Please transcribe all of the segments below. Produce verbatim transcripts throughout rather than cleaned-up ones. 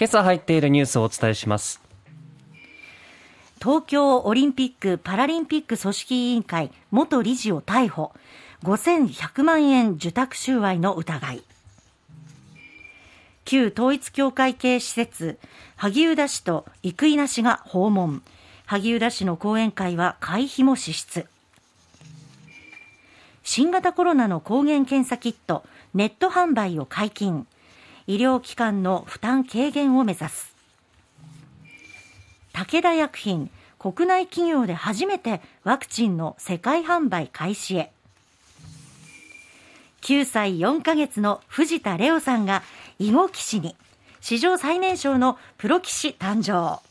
今朝入っているニュースをお伝えします。 東京オリンピック・パラリンピック組織委員会元理事を逮捕。ごせんひゃくまんえん受託収賄の疑い。旧統一教会系施設萩生田氏と生稲氏が訪問。萩生田氏の講演会は会費も支出。新型コロナの抗原検査キットネット販売を解禁。医療機関の負担軽減を目指す。武田薬品、国内企業で初めてワクチンの世界販売開始へ。きゅうさいよんかげつの藤田レオさんが囲碁棋士に。史上最年少のプロ棋士誕生。 はい、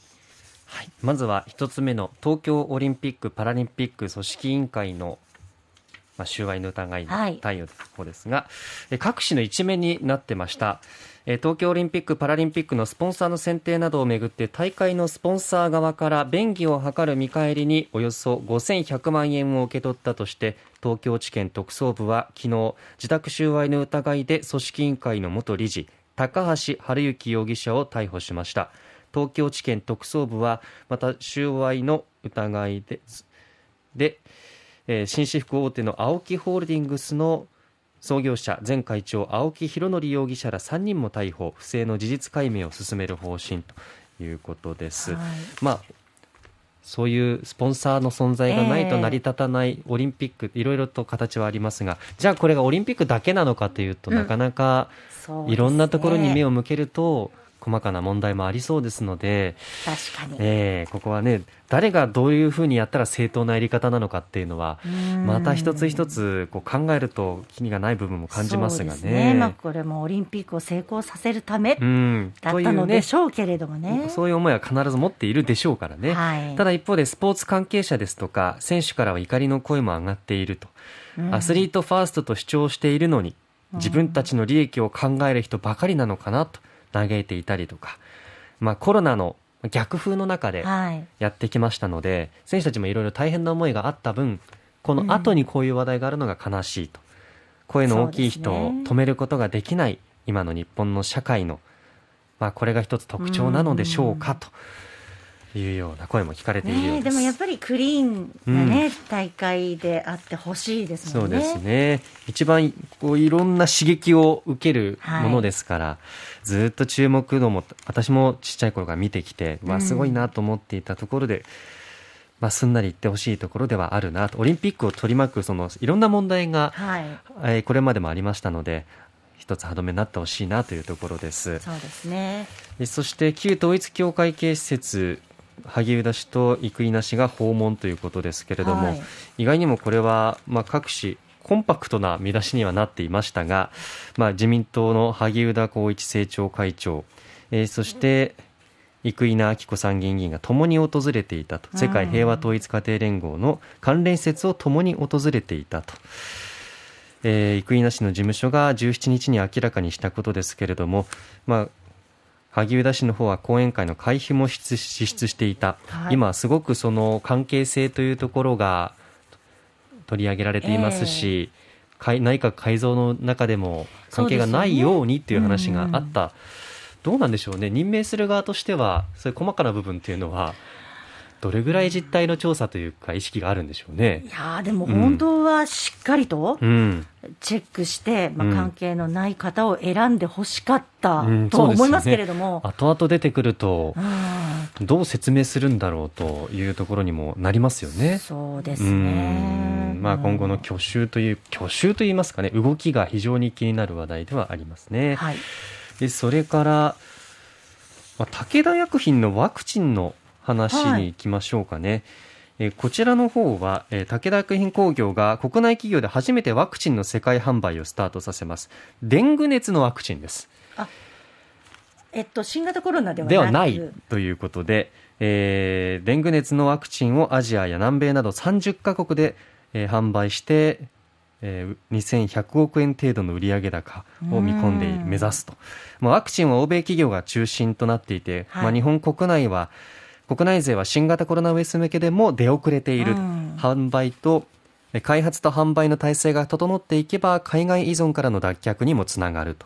まずは一つ目の東京オリンピック・パラリンピック組織委員会の、まあ、収賄の疑いの対応の方ですが、はい、各紙の一面になってました。東京オリンピック・パラリンピックのスポンサーの選定などをめぐって大会のスポンサー側から便宜を図る見返りにおよそごせんひゃくまんえんを受け取ったとして東京地検特捜部は昨日受託収賄の疑いで組織委員会の元理事高橋治之容疑者を逮捕しました。東京地検特捜部はまた収賄の疑いで、で、えー、紳士服大手のＡＯＫＩホールディングスの創業者前会長青木拡憲容疑者らさんにんも逮捕、不正の事実解明を進める方針ということです、はい。まあ、そういうスポンサーの存在がないと成り立たないオリンピック、いろいろと形はありますが、じゃあこれがオリンピックだけなのかというと、うん、なかなかいろんなところに目を向けると細かな問題もありそうですので、 確かに、 えー、ここはね、誰がどういうふうにやったら正当なやり方なのかっていうのはまた一つ一つこう考えると気がない部分も感じますが ね, そうですね、 まあ、これもオリンピックを成功させるためだったのでしょうけれども ね, ねそういう思いは必ず持っているでしょうからね、はい、ただ一方でスポーツ関係者ですとか選手からは怒りの声も上がっていると、うん、アスリートファーストと主張しているのに自分たちの利益を考える人ばかりなのかなと嘆いていたりとか、まあ、コロナの逆風の中でやってきましたので、はい、選手たちもいろいろ大変な思いがあった分この後にこういう話題があるのが悲しいと、うん、声の大きい人を止めることができない今の日本の社会の、まあ、これが一つ特徴なのでしょうかというような声も聞かれているようです、 ね、でもやっぱりクリーンな、ねうん、大会であってほしいですもんね。 そうですね、一番こういろんな刺激を受けるものですから、はい、ずっと注目度も私もちっちゃい頃から見てきて、うん、わすごいなと思っていたところで、まあ、すんなり言ってほしいところではあるなと。オリンピックを取り巻くそのいろんな問題が、はいえー、これまでもありましたので一つ歯止めになってほしいなというところです。 そうですね。 でそして旧統一教会系施設萩生田氏と生稲氏が訪問ということですけれども、はい、意外にもこれは、まあ、各紙コンパクトな見出しにはなっていましたが、まあ、自民党の萩生田光一政調会長、えー、そして生稲晃子参議院議員が共に訪れていたと、世界平和統一家庭連合の関連施設を共に訪れていたと、えー、生稲氏の事務所がじゅうしちにちに明らかにしたことですけれども、まあ萩生田氏の方は講演会の会費も支出していた、はい、今すごくその関係性というところが取り上げられていますし、えー、内閣改造の中でも関係がないようにという話があった、ね、うん、どうなんでしょうね。任命する側としてはそういう細かな部分というのはどれぐらい実態の調査というか意識があるんでしょうね。 いやでも本当はしっかりとチェックして、うんまあ、関係のない方を選んでほしかったと思いますけれども、 うんね、後々出てくるとどう説明するんだろうというところにもなりますよね。 そうですね、 うん、まあ、今後の去就という去就といいますかね、動きが非常に気になる話題ではありますね、はい、でそれから、まあ、武田薬品のワクチンの話に行きましょうかね、はい、えー、こちらの方は、えー、武田薬品工業が国内企業で初めてワクチンの世界販売をスタートさせます。デング熱のワクチンです。 あ、えっと、新型コロナではではないということで、えー、デング熱のワクチンをアジアや南米などさんじゅっかこくで、えー、販売して、えー、にせんひゃくおくえん程度の売上高を見込んでいる目指すと、まあ、ワクチンは欧米企業が中心となっていて、はい、まあ、日本国内は国内勢は新型コロナウイルス向けでも出遅れている、うん、販売と開発と販売の体制が整っていけば海外依存からの脱却にもつながると。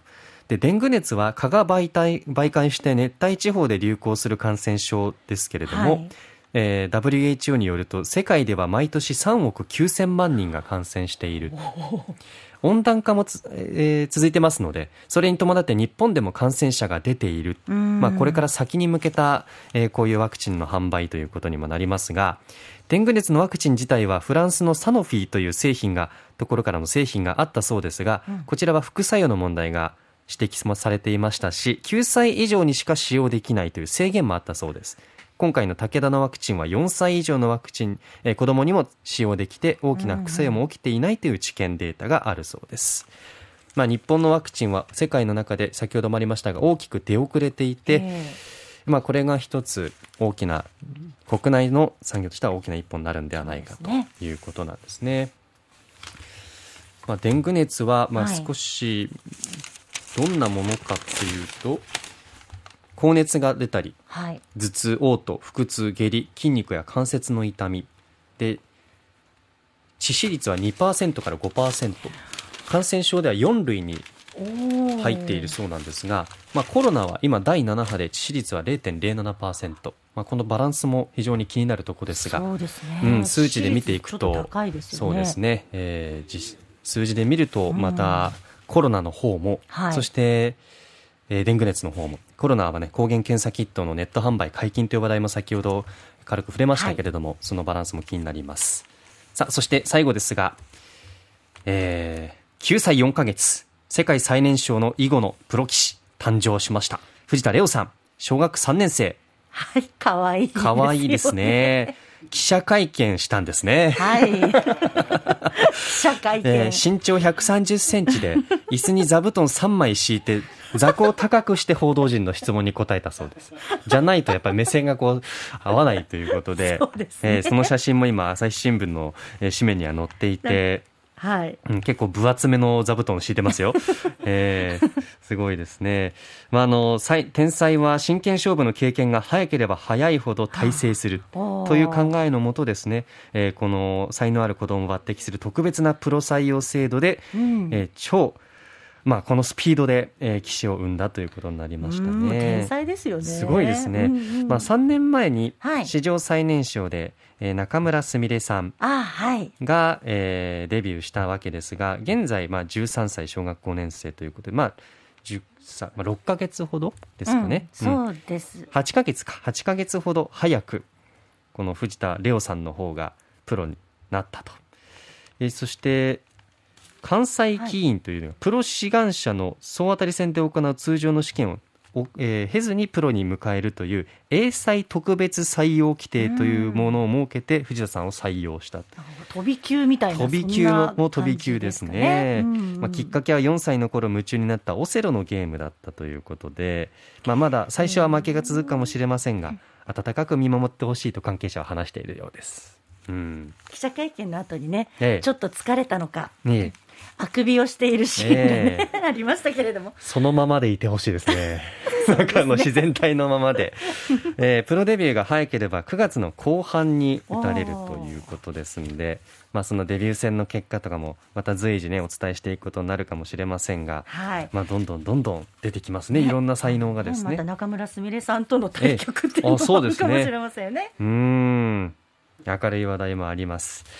でデング熱は蚊が媒体媒介して熱帯地方で流行する感染症ですけれども、はい、えー、ダブリューエイチオー によると世界では毎年さんおくきゅうせんまんにんが感染している。温暖化もつ、えー、続いてますので、それに伴って日本でも感染者が出ている。まあ、これから先に向けた、えー、こういうワクチンの販売ということにもなりますが、デング熱のワクチン自体はフランスのサノフィーという製品がところからの製品があったそうですが、うん、こちらは副作用の問題が指摘されていましたし、きゅうさい以上にしか使用できないという制限もあったそうです。今回の武田のワクチンはよんさい以上のワクチン、えー、子どもにも使用できて大きな副作用も起きていないという知見データがあるそうです。まあ、日本のワクチンは世界の中で先ほどもありましたが大きく出遅れていて、まあ、これが一つ大きな国内の産業としては大きな一歩になるんではないかということなんですね。まあ、デング熱はまあ少しどんなものかというと、はい、高熱が出たり、はい、頭痛、嘔吐、腹痛、下痢、筋肉や関節の痛みで、致死率は にパーセント から ごパーセント、感染症ではよん類に入っているそうなんですが、まあ、コロナは今だいなな波で致死率は れいてんれいななパーセント、まあ、このバランスも非常に気になるところですが、そうですね、うん、数値で見ていくと、高いですよね。そうですね、えー、実数字で見るとまたコロナの方も、うん、そして、えー、デング熱の方も、コロナはね、抗原検査キットのネット販売解禁という話題も先ほど軽く触れましたけれども、はい、そのバランスも気になります。さあ、そして最後ですが、えー、きゅうさいよんかげつ、世界最年少の囲碁のプロ棋士誕生しました。藤田怜央さん、小学さんねんせい。 はい、かわいいですよね。 かわいいですね。記者会見したんですね。 はい。記者会見、 えー、身長ひゃくさんじゅっセンチで椅子に座布団さんまい敷いて座高を高くして報道陣の質問に答えたそうです。じゃないとやっぱり目線がこう合わないということで、そうですね、えー、その写真も今朝日新聞の紙面には載っていて、はい、うん、結構分厚めの座布団を敷いてますよ。えー、すごいですね。まあ、あの天才は真剣勝負の経験が早ければ早いほど大成するという考えのもとですね、えー、この才能ある子どもを抜擢する特別なプロ採用制度で、うん、えー、超まあ、このスピードで、えー、棋士を生んだということになりましたね。 天才ですよね。 すごいですね。うんうん、まあ、さんねんまえに史上最年少で、はい、えー、仲邑菫さんが、はいえー、デビューしたわけですが、現在、まあ、じゅうさんさい小学ごねん生ということで、まあじゅうさまあ、ろっかげつほどですかね。 うん、そうです、うん、 はちかげつかはちかげつほど早くこの藤田怜央さんの方がプロになったと。えー、そして関西棋院というのがプロ志願者の総当たり戦で行う通常の試験を、えー、経ずにプロに迎えるという英才特別採用規定というものを設けて藤田さんを採用した。 飛び級みたいな、 飛び級のも飛び級ですね。うんうん、まあ、きっかけはよんさいの頃夢中になったオセロのゲームだったということで、まあ、まだ最初は負けが続くかもしれませんが、温かく見守ってほしいと関係者は話しているようです。うん、 記者会見の後にね、ええ、ちょっと疲れたのか、ええ、あくびをしているシーンが、ね、えー、ありましたけれども、 そのままでいてほしいですね。なんかあの自然体のままで、えー、プロデビューが早ければくがつの後半に打たれるということですので、まあ、そのデビュー戦の結果とかもまた随時ねお伝えしていくことになるかもしれませんが、はい、まあ、どんどんどんどん出てきますね、いろんな才能がですね。 また仲邑菫さんとの対局っていうのもあるかもしれませんよね。 うーん、明るい話題もあります。